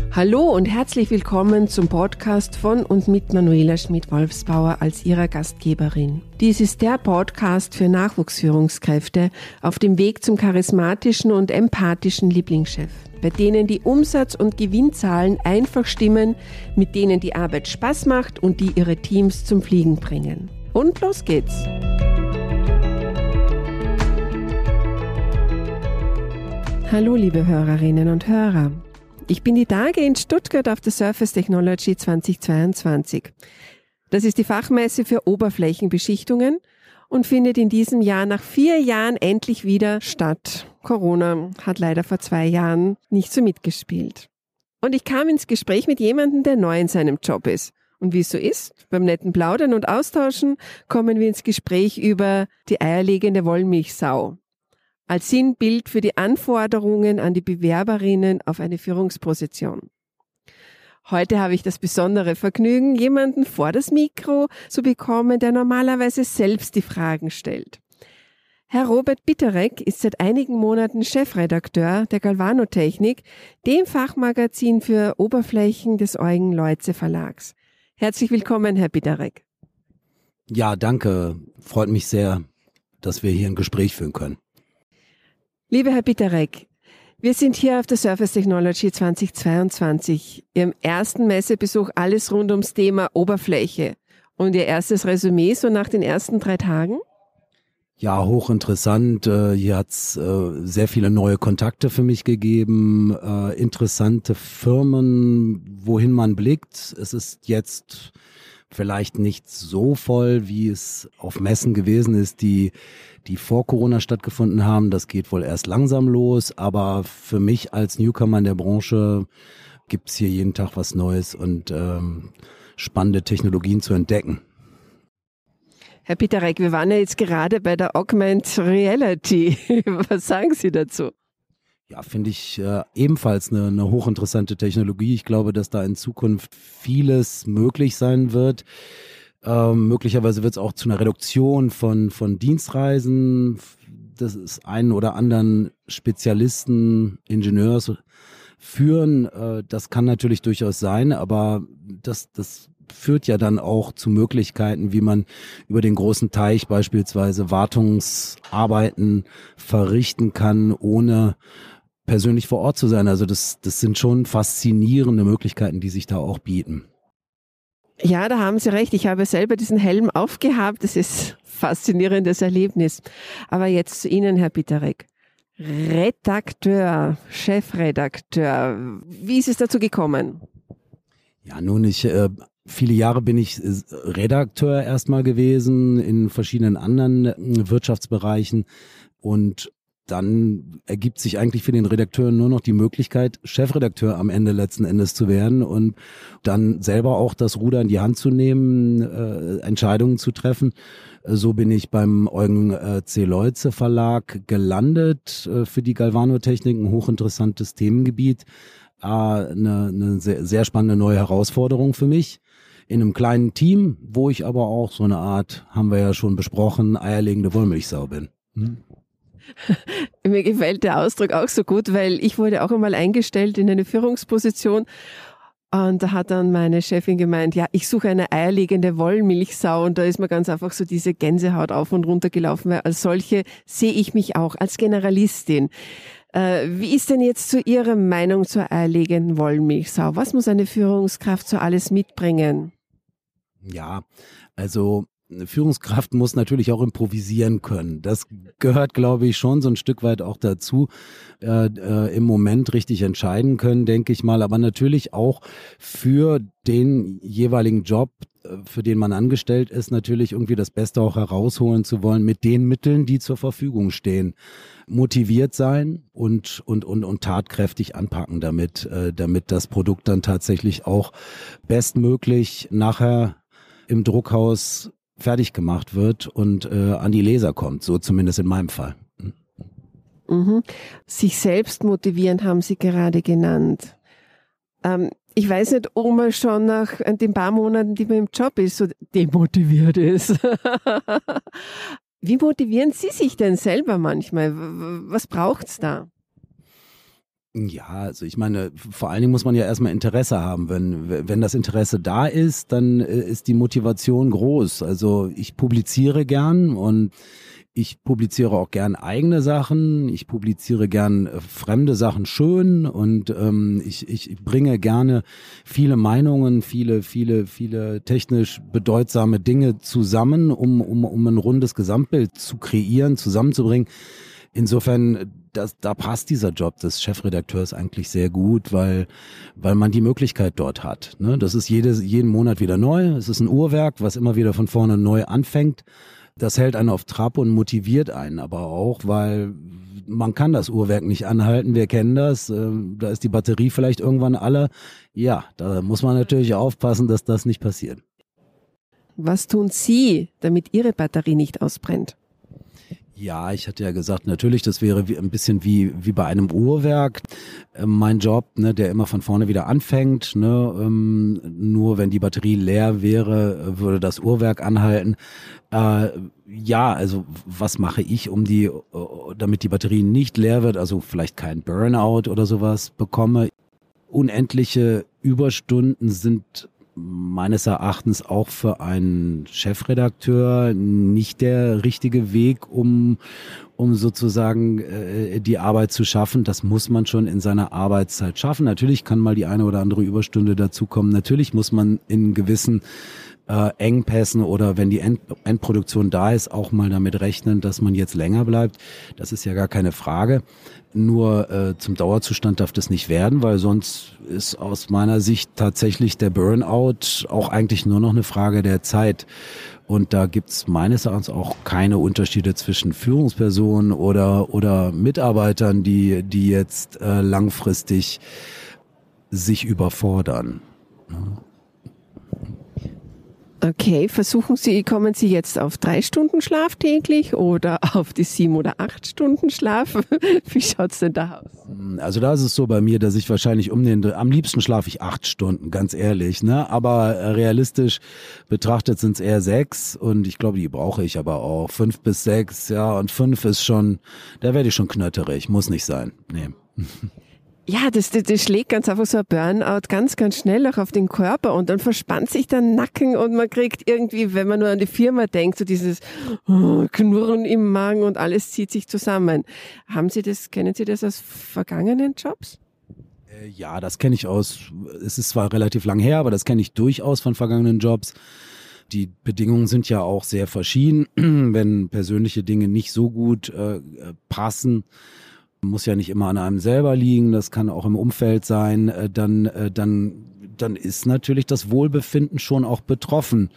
Hallo und herzlich willkommen zum Podcast von und mit Manuela Schmidt-Wolfsbauer als ihrer Gastgeberin. Dies ist der Podcast für Nachwuchsführungskräfte auf dem Weg zum charismatischen und empathischen Lieblingschef, bei denen die Umsatz- und Gewinnzahlen einfach stimmen, mit denen die Arbeit Spaß macht und die ihre Teams zum Fliegen bringen. Und los geht's! Hallo liebe Hörerinnen und Hörer. Ich bin die Tage in Stuttgart auf der Surface Technology 2022. Das ist die Fachmesse für Oberflächenbeschichtungen und findet in diesem Jahr nach 4 Jahren endlich wieder statt. Corona hat leider vor 2 Jahren nicht so mitgespielt. Und ich kam ins Gespräch mit jemandem, der neu in seinem Job ist. Und wie es so ist, beim netten Plaudern und Austauschen kommen wir ins Gespräch über die eierlegende Wollmilchsau. Als Sinnbild für die Anforderungen an die Bewerberinnen auf eine Führungsposition. Heute habe ich das besondere Vergnügen, jemanden vor das Mikro zu bekommen, der normalerweise selbst die Fragen stellt. Herr Robert Bitterek ist seit einigen Monaten Chefredakteur der Galvanotechnik, dem Fachmagazin für Oberflächen des Eugen-Leuze Verlags. Herzlich willkommen, Herr Bitterek. Ja, danke. Freut mich sehr, dass wir hier ein Gespräch führen können. Lieber Herr Bitterek, wir sind hier auf der Surface Technology 2022, Ihrem ersten Messebesuch, alles rund ums Thema Oberfläche. Und Ihr erstes Resümee so nach den ersten 3 Tagen? Ja, hochinteressant. Hier hat's sehr viele neue Kontakte für mich gegeben, interessante Firmen, wohin man blickt. Es ist jetzt vielleicht nicht so voll, wie es auf Messen gewesen ist, die vor Corona stattgefunden haben. Das geht wohl erst langsam los, aber für mich als Newcomer in der Branche gibt's hier jeden Tag was Neues und spannende Technologien zu entdecken. Herr Bitterek, wir waren ja jetzt gerade bei der Augmented Reality. Was sagen Sie dazu? Ja, finde ich ebenfalls eine hochinteressante Technologie. Ich glaube, dass da in Zukunft vieles möglich sein wird. Möglicherweise wird es auch zu einer Reduktion von Dienstreisen des einen oder anderen Spezialisten, Ingenieurs führen. Das kann natürlich durchaus sein, aber das führt ja dann auch zu Möglichkeiten, wie man über den großen Teich beispielsweise Wartungsarbeiten verrichten kann, ohne persönlich vor Ort zu sein. Also das sind schon faszinierende Möglichkeiten, die sich da auch bieten. Ja, da haben Sie recht. Ich habe selber diesen Helm aufgehabt. Das ist ein faszinierendes Erlebnis. Aber jetzt zu Ihnen, Herr Bitterek. Redakteur, Chefredakteur. Wie ist es dazu gekommen? Ja, nun, viele Jahre bin ich Redakteur erstmal gewesen in verschiedenen anderen Wirtschaftsbereichen und dann ergibt sich eigentlich für den Redakteur nur noch die Möglichkeit, Chefredakteur am Ende letzten Endes zu werden und dann selber auch das Ruder in die Hand zu nehmen, Entscheidungen zu treffen. So bin ich beim Eugen C. Leuze Verlag gelandet für die Galvanotechnik, ein hochinteressantes Themengebiet, eine sehr, sehr spannende neue Herausforderung für mich. In einem kleinen Team, wo ich aber auch so eine Art, haben wir ja schon besprochen, eierlegende Wollmilchsau bin. Mir gefällt der Ausdruck auch so gut, weil ich wurde auch einmal eingestellt in eine Führungsposition und da hat dann meine Chefin gemeint, ja, ich suche eine eierlegende Wollmilchsau und da ist mir ganz einfach so diese Gänsehaut auf und runter gelaufen, weil als solche sehe ich mich auch als Generalistin. Wie ist denn jetzt zu Ihrer Meinung zur eierlegenden Wollmilchsau? Was muss eine Führungskraft so alles mitbringen? Ja, also eine Führungskraft muss natürlich auch improvisieren können. Das gehört, glaube ich, schon so ein Stück weit auch dazu. Im Moment richtig entscheiden können, denke ich mal. Aber natürlich auch für den jeweiligen Job, für den man angestellt ist, natürlich irgendwie das Beste auch herausholen zu wollen mit den Mitteln, die zur Verfügung stehen. Motiviert sein und tatkräftig anpacken, damit das Produkt dann tatsächlich auch bestmöglich nachher im Druckhaus fertig gemacht wird und an die Leser kommt, so zumindest in meinem Fall. Mhm. Sich selbst motivieren haben Sie gerade genannt. Ich weiß nicht, ob man schon nach den paar Monaten, die man im Job ist, so demotiviert ist. Wie motivieren Sie sich denn selber manchmal? Was braucht's da? Ja, also ich meine, vor allen Dingen muss man ja erstmal Interesse haben. Wenn das Interesse da ist, dann ist die Motivation groß. Also ich publiziere gern und ich publiziere auch gern eigene Sachen. Ich publiziere gern fremde Sachen schön und ich bringe gerne viele Meinungen, viele technisch bedeutsame Dinge zusammen, um ein rundes Gesamtbild zu kreieren, zusammenzubringen. Insofern, da passt dieser Job des Chefredakteurs eigentlich sehr gut, weil man die Möglichkeit dort hat. Ne? Das ist jeden Monat wieder neu. Es ist ein Uhrwerk, was immer wieder von vorne neu anfängt. Das hält einen auf Trab und motiviert einen aber auch, weil man kann das Uhrwerk nicht anhalten. Wir kennen das. Da ist die Batterie vielleicht irgendwann alle. Ja, da muss man natürlich aufpassen, dass das nicht passiert. Was tun Sie, damit Ihre Batterie nicht ausbrennt? Ja, ich hatte ja gesagt, natürlich, das wäre ein bisschen wie bei einem Uhrwerk. Mein Job, ne, der immer von vorne wieder anfängt. Ne, nur wenn die Batterie leer wäre, würde das Uhrwerk anhalten. Ja, also was mache ich, damit die Batterie nicht leer wird, also vielleicht kein Burnout oder sowas bekomme. Unendliche Überstunden sind meines Erachtens auch für einen Chefredakteur nicht der richtige Weg, um sozusagen die Arbeit zu schaffen. Das muss man schon in seiner Arbeitszeit schaffen. Natürlich kann mal die eine oder andere Überstunde dazukommen. Natürlich muss man in gewissen Engpässen oder wenn die Endproduktion da ist, auch mal damit rechnen, dass man jetzt länger bleibt. Das ist ja gar keine Frage. Nur zum Dauerzustand darf das nicht werden, weil sonst ist aus meiner Sicht tatsächlich der Burnout auch eigentlich nur noch eine Frage der Zeit. Und da gibt's meines Erachtens auch keine Unterschiede zwischen Führungspersonen oder Mitarbeitern, die jetzt langfristig sich überfordern. Ja. Okay, kommen Sie jetzt auf 3 Stunden Schlaf täglich oder auf die 7 oder 8 Stunden Schlaf? Wie schaut's denn da aus? Also da ist es so bei mir, dass ich wahrscheinlich am liebsten schlafe ich 8 Stunden, ganz ehrlich, ne? Aber realistisch betrachtet sind es eher 6 und ich glaube, die brauche ich aber auch. 5 bis 6, ja, und 5 ist schon, da werde ich schon knötterig, muss nicht sein. Nee. Ja, das schlägt ganz einfach so ein Burnout ganz, ganz schnell auch auf den Körper und dann verspannt sich der Nacken und man kriegt irgendwie, wenn man nur an die Firma denkt, so dieses Knurren im Magen und alles zieht sich zusammen. Kennen Sie das aus vergangenen Jobs? Ja, das kenne ich es ist zwar relativ lang her, aber das kenne ich durchaus von vergangenen Jobs. Die Bedingungen sind ja auch sehr verschieden, wenn persönliche Dinge nicht so gut passen. Muss ja nicht immer an einem selber liegen, das kann auch im Umfeld sein, dann ist natürlich das Wohlbefinden schon auch betroffen.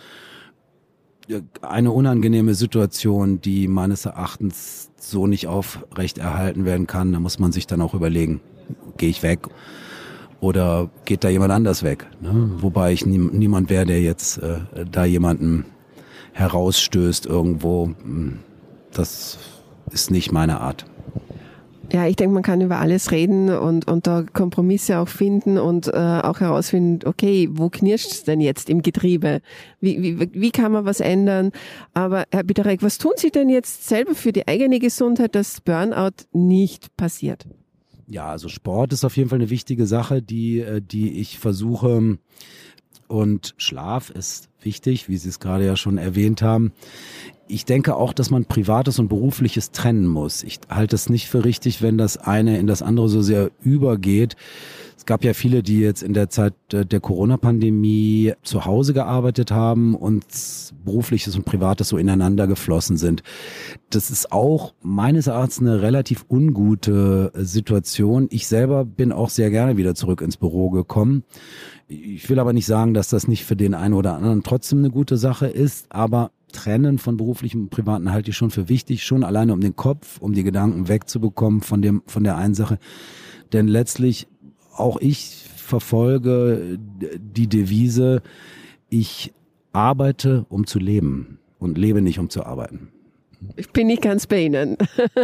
Eine unangenehme Situation, die meines Erachtens so nicht aufrechterhalten werden kann, da muss man sich dann auch überlegen, gehe ich weg oder geht da jemand anders weg? Ne? Wobei ich niemand wäre, der jetzt da jemanden herausstößt irgendwo, das ist nicht meine Art. Ja, ich denke, man kann über alles reden und da Kompromisse auch finden und auch herausfinden, okay, wo knirscht's denn jetzt im Getriebe? Wie kann man was ändern? Aber Herr Biederegg, was tun Sie denn jetzt selber für die eigene Gesundheit, dass Burnout nicht passiert? Ja, also Sport ist auf jeden Fall eine wichtige Sache, die ich versuche. Und Schlaf ist wichtig, wie Sie es gerade ja schon erwähnt haben. Ich denke auch, dass man Privates und Berufliches trennen muss. Ich halte es nicht für richtig, wenn das eine in das andere so sehr übergeht. Es gab ja viele, die jetzt in der Zeit der Corona-Pandemie zu Hause gearbeitet haben und Berufliches und Privates so ineinander geflossen sind. Das ist auch meines Erachtens eine relativ ungute Situation. Ich selber bin auch sehr gerne wieder zurück ins Büro gekommen. Ich will aber nicht sagen, dass das nicht für den einen oder anderen trotzdem eine gute Sache ist, aber Trennen von beruflichem und privaten halte ich schon für wichtig, schon alleine um den Kopf, um die Gedanken wegzubekommen von der einen Sache. Denn letztlich auch ich verfolge die Devise, ich arbeite, um zu leben und lebe nicht, um zu arbeiten. Ich bin nicht ganz bei Ihnen.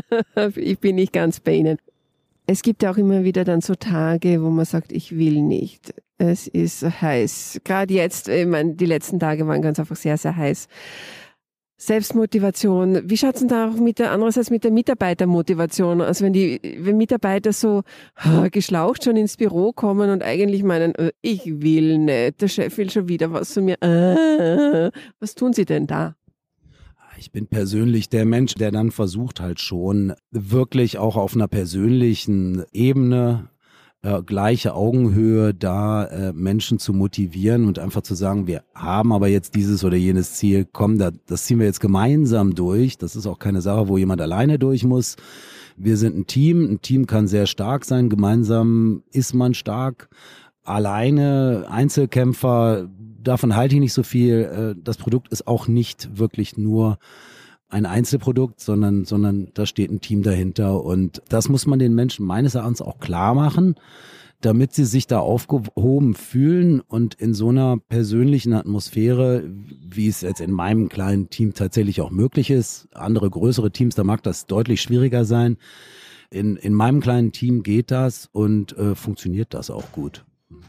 Es gibt ja auch immer wieder dann so Tage, wo man sagt, ich will nicht. Es ist heiß. Gerade jetzt, ich meine, die letzten Tage waren ganz einfach sehr, sehr heiß. Selbstmotivation. Wie schaut's denn da auch andererseits mit der Mitarbeitermotivation? Also wenn Mitarbeiter so geschlaucht schon ins Büro kommen und eigentlich meinen, ich will nicht, der Chef will schon wieder was von mir. Was tun sie denn da? Ich bin persönlich der Mensch, der dann versucht halt schon wirklich auch auf einer persönlichen Ebene gleiche Augenhöhe da Menschen zu motivieren und einfach zu sagen, wir haben aber jetzt dieses oder jenes Ziel, komm, das ziehen wir jetzt gemeinsam durch. Das ist auch keine Sache, wo jemand alleine durch muss. Wir sind ein Team kann sehr stark sein, gemeinsam ist man stark. Alleine Einzelkämpfer, davon halte ich nicht so viel. Das Produkt ist auch nicht wirklich nur ein Einzelprodukt, sondern da steht ein Team dahinter und das muss man den Menschen meines Erachtens auch klar machen, damit sie sich da aufgehoben fühlen und in so einer persönlichen Atmosphäre, wie es jetzt in meinem kleinen Team tatsächlich auch möglich ist, andere größere Teams, da mag das deutlich schwieriger sein. In meinem kleinen Team geht das und funktioniert das auch gut.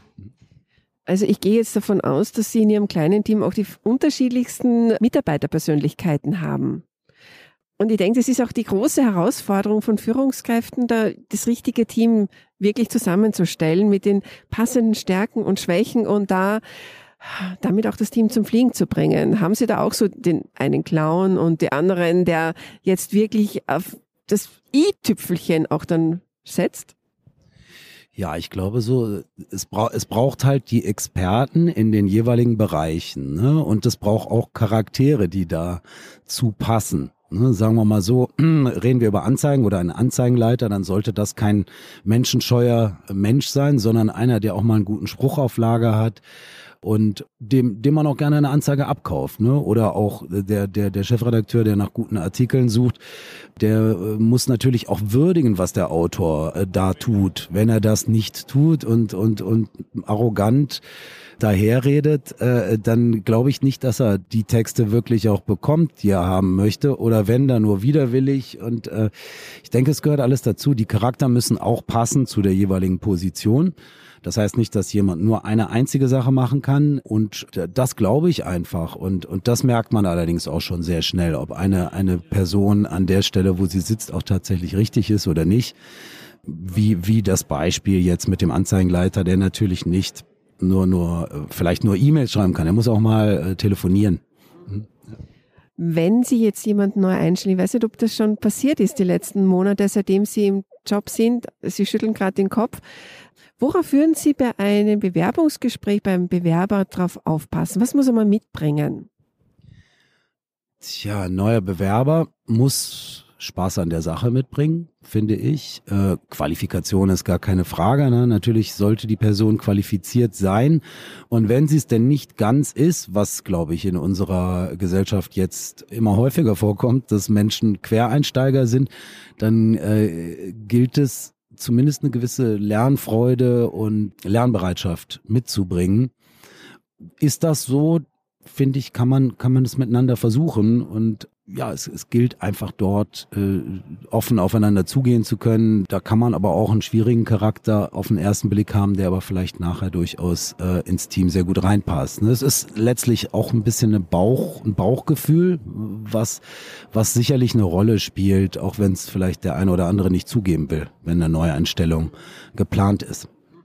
Also ich gehe jetzt davon aus, dass Sie in Ihrem kleinen Team auch die unterschiedlichsten Mitarbeiterpersönlichkeiten haben. Und ich denke, das ist auch die große Herausforderung von Führungskräften, da das richtige Team wirklich zusammenzustellen mit den passenden Stärken und Schwächen und damit auch das Team zum Fliegen zu bringen. Haben Sie da auch so den einen Clown und die anderen, der jetzt wirklich auf das i-Tüpfelchen auch dann setzt? Ja, ich glaube so, es braucht halt die Experten in den jeweiligen Bereichen, ne? Und es braucht auch Charaktere, die da zu passen. Ne, sagen wir mal so, reden wir über Anzeigen oder einen Anzeigenleiter, dann sollte das kein menschenscheuer Mensch sein, sondern einer, der auch mal einen guten Spruch auf Lager hat und dem man auch gerne eine Anzeige abkauft, ne? Oder auch der Chefredakteur, der nach guten Artikeln sucht, der muss natürlich auch würdigen, was der Autor da tut. Wenn er das nicht tut und arrogant daherredet, dann glaube ich nicht, dass er die Texte wirklich auch bekommt, die er haben möchte, oder wenn, dann nur widerwillig. Und ich denke, es gehört alles dazu. Die Charakter müssen auch passen zu der jeweiligen Position. Das heißt nicht, dass jemand nur eine einzige Sache machen kann, und das glaube ich einfach. Und das merkt man allerdings auch schon sehr schnell, ob eine Person an der Stelle, wo sie sitzt, auch tatsächlich richtig ist oder nicht. Wie das Beispiel jetzt mit dem Anzeigenleiter, der natürlich nicht vielleicht nur E-Mails schreiben kann. Er muss auch mal telefonieren. Wenn Sie jetzt jemanden neu einstellen, ich weiß nicht, ob das schon passiert ist die letzten Monate, seitdem Sie im Job sind, Sie schütteln gerade den Kopf. Worauf würden Sie bei einem Bewerbungsgespräch beim Bewerber drauf aufpassen? Was muss er mal mitbringen? Tja, ein neuer Bewerber muss Spaß an der Sache mitbringen, finde ich. Qualifikation ist gar keine Frage, ne? Natürlich sollte die Person qualifiziert sein. Und wenn sie es denn nicht ganz ist, was, glaube ich, in unserer Gesellschaft jetzt immer häufiger vorkommt, dass Menschen Quereinsteiger sind, dann gilt es, zumindest eine gewisse Lernfreude und Lernbereitschaft mitzubringen. Ist das so, finde ich, kann man das miteinander versuchen, und ja, es gilt einfach dort offen aufeinander zugehen zu können. Da kann man aber auch einen schwierigen Charakter auf den ersten Blick haben, der aber vielleicht nachher durchaus ins Team sehr gut reinpasst. Es ist letztlich auch ein bisschen ein Bauchgefühl, was sicherlich eine Rolle spielt, auch wenn es vielleicht der eine oder andere nicht zugeben will, wenn eine Neueinstellung geplant ist.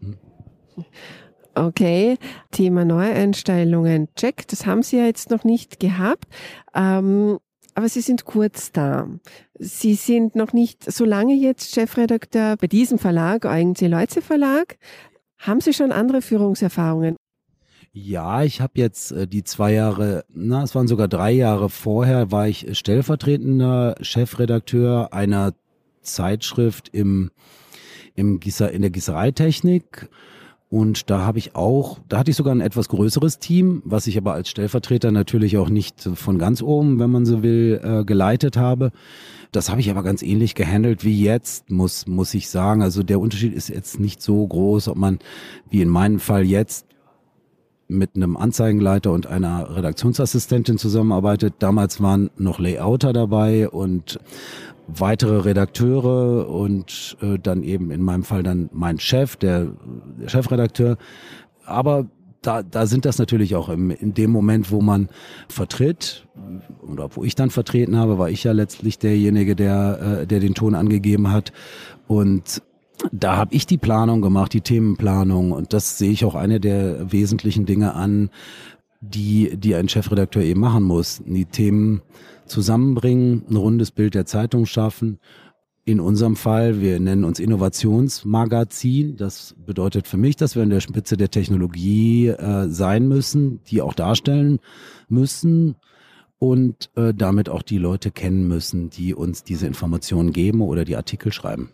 Okay, Thema Neueinstellungen, check, das haben Sie ja jetzt noch nicht gehabt, aber Sie sind kurz da. Sie sind noch nicht so lange jetzt Chefredakteur bei diesem Verlag, Eugen Leuze Verlag. Haben Sie schon andere Führungserfahrungen? Ja, ich habe jetzt die 2 Jahre, es waren sogar 3 Jahre vorher, war ich stellvertretender Chefredakteur einer Zeitschrift in der Gießereitechnik. Und da hatte ich sogar ein etwas größeres Team, was ich aber als Stellvertreter natürlich auch nicht von ganz oben, wenn man so will, geleitet habe. Das habe ich aber ganz ähnlich gehandelt wie jetzt, muss ich sagen. Also der Unterschied ist jetzt nicht so groß, ob man, wie in meinem Fall jetzt, mit einem Anzeigenleiter und einer Redaktionsassistentin zusammenarbeitet. Damals waren noch Layouter dabei und weitere Redakteure und dann eben in meinem Fall dann mein Chef, der Chefredakteur. Aber da sind das natürlich auch in dem Moment, wo man vertritt oder wo ich dann vertreten habe, war ich ja letztlich derjenige, der den Ton angegeben hat. Und da habe ich die Planung gemacht, die Themenplanung. Und das sehe ich auch eine der wesentlichen Dinge an, die ein Chefredakteur eben machen muss. Die Themen zusammenbringen, ein rundes Bild der Zeitung schaffen. In unserem Fall, wir nennen uns Innovationsmagazin. Das bedeutet für mich, dass wir an der Spitze der Technologie sein müssen, die auch darstellen müssen und damit auch die Leute kennen müssen, die uns diese Informationen geben oder die Artikel schreiben.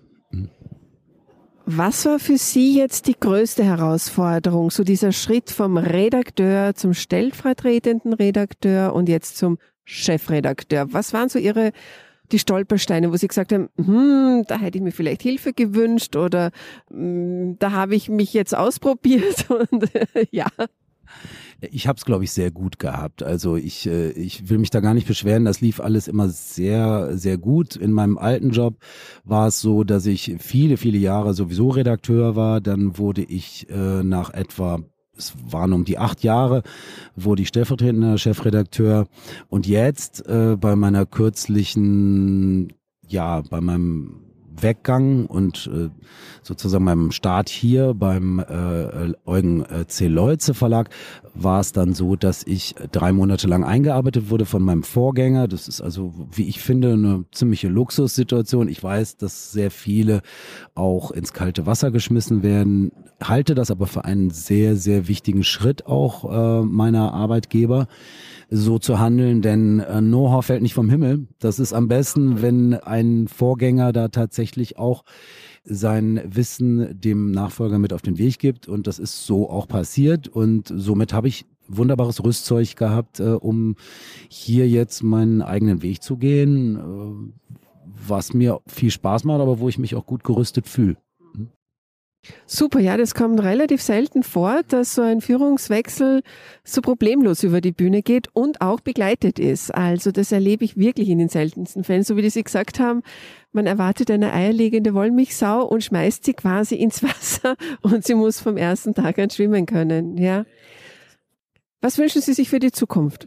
Was war für Sie jetzt die größte Herausforderung, so dieser Schritt vom Redakteur zum stellvertretenden Redakteur und jetzt zum Chefredakteur? Was waren so die Stolpersteine, wo Sie gesagt haben, da hätte ich mir vielleicht Hilfe gewünscht oder da habe ich mich jetzt ausprobiert und ja. Ich habe es, glaube ich, sehr gut gehabt. Also ich will mich da gar nicht beschweren. Das lief alles immer sehr, sehr gut. In meinem alten Job war es so, dass ich viele, viele Jahre sowieso Redakteur war. Dann wurde ich nach etwa, es waren um die 8 Jahre, wurde ich stellvertretender Chefredakteur. Und jetzt bei meiner kürzlichen, bei meinem Weggang und sozusagen meinem Start hier beim Eugen C. Leutze Verlag war es dann so, dass ich 3 Monate lang eingearbeitet wurde von meinem Vorgänger. Das ist also, wie ich finde, eine ziemliche Luxussituation. Ich weiß, dass sehr viele auch ins kalte Wasser geschmissen werden, halte das aber für einen sehr, sehr wichtigen Schritt auch meiner Arbeitgeber, so zu handeln, denn Know-how fällt nicht vom Himmel. Das ist am besten, wenn ein Vorgänger da tatsächlich auch sein Wissen dem Nachfolger mit auf den Weg gibt, und das ist so auch passiert, und somit habe ich wunderbares Rüstzeug gehabt, um hier jetzt meinen eigenen Weg zu gehen, was mir viel Spaß macht, aber wo ich mich auch gut gerüstet fühle. Super, ja, das kommt relativ selten vor, dass so ein Führungswechsel so problemlos über die Bühne geht und auch begleitet ist. Also das erlebe ich wirklich in den seltensten Fällen, so wie Sie gesagt haben. Man erwartet eine eierlegende Wollmilchsau und schmeißt sie quasi ins Wasser und sie muss vom ersten Tag an schwimmen können. Ja. Was wünschen Sie sich für die Zukunft?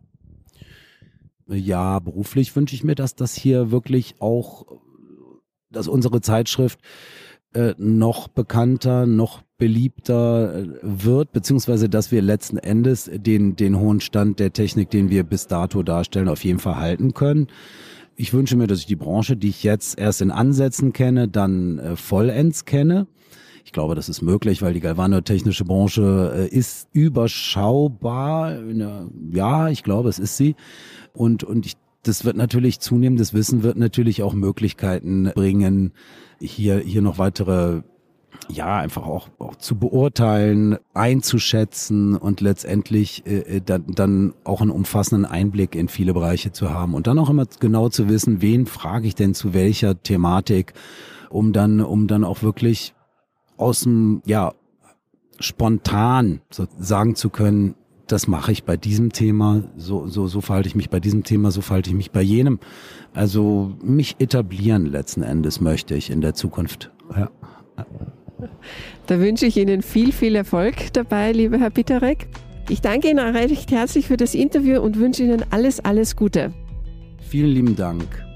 Ja, beruflich wünsche ich mir, dass das hier wirklich auch, dass unsere Zeitschrift noch bekannter, noch beliebter wird, beziehungsweise dass wir letzten Endes den hohen Stand der Technik, den wir bis dato darstellen, auf jeden Fall halten können. Ich wünsche mir, dass ich die Branche, die ich jetzt erst in Ansätzen kenne, dann vollends kenne. Ich glaube, das ist möglich, weil die galvanotechnische Branche ist überschaubar. Ja, ich glaube, es ist sie. Und das wird natürlich, zunehmendes Wissen wird natürlich auch Möglichkeiten bringen, hier noch weitere, einfach auch zu beurteilen, einzuschätzen und letztendlich dann auch einen umfassenden Einblick in viele Bereiche zu haben und dann auch immer genau zu wissen, wen frage ich denn zu welcher Thematik, um dann auch wirklich aus dem, spontan so sagen zu können, das mache ich bei diesem Thema, so verhalte ich mich bei diesem Thema, so verhalte ich mich bei jenem. Also mich etablieren letzten Endes möchte ich in der Zukunft. Ja. Da wünsche ich Ihnen viel, viel Erfolg dabei, lieber Herr Bitterek. Ich danke Ihnen recht herzlich für das Interview und wünsche Ihnen alles, alles Gute. Vielen lieben Dank.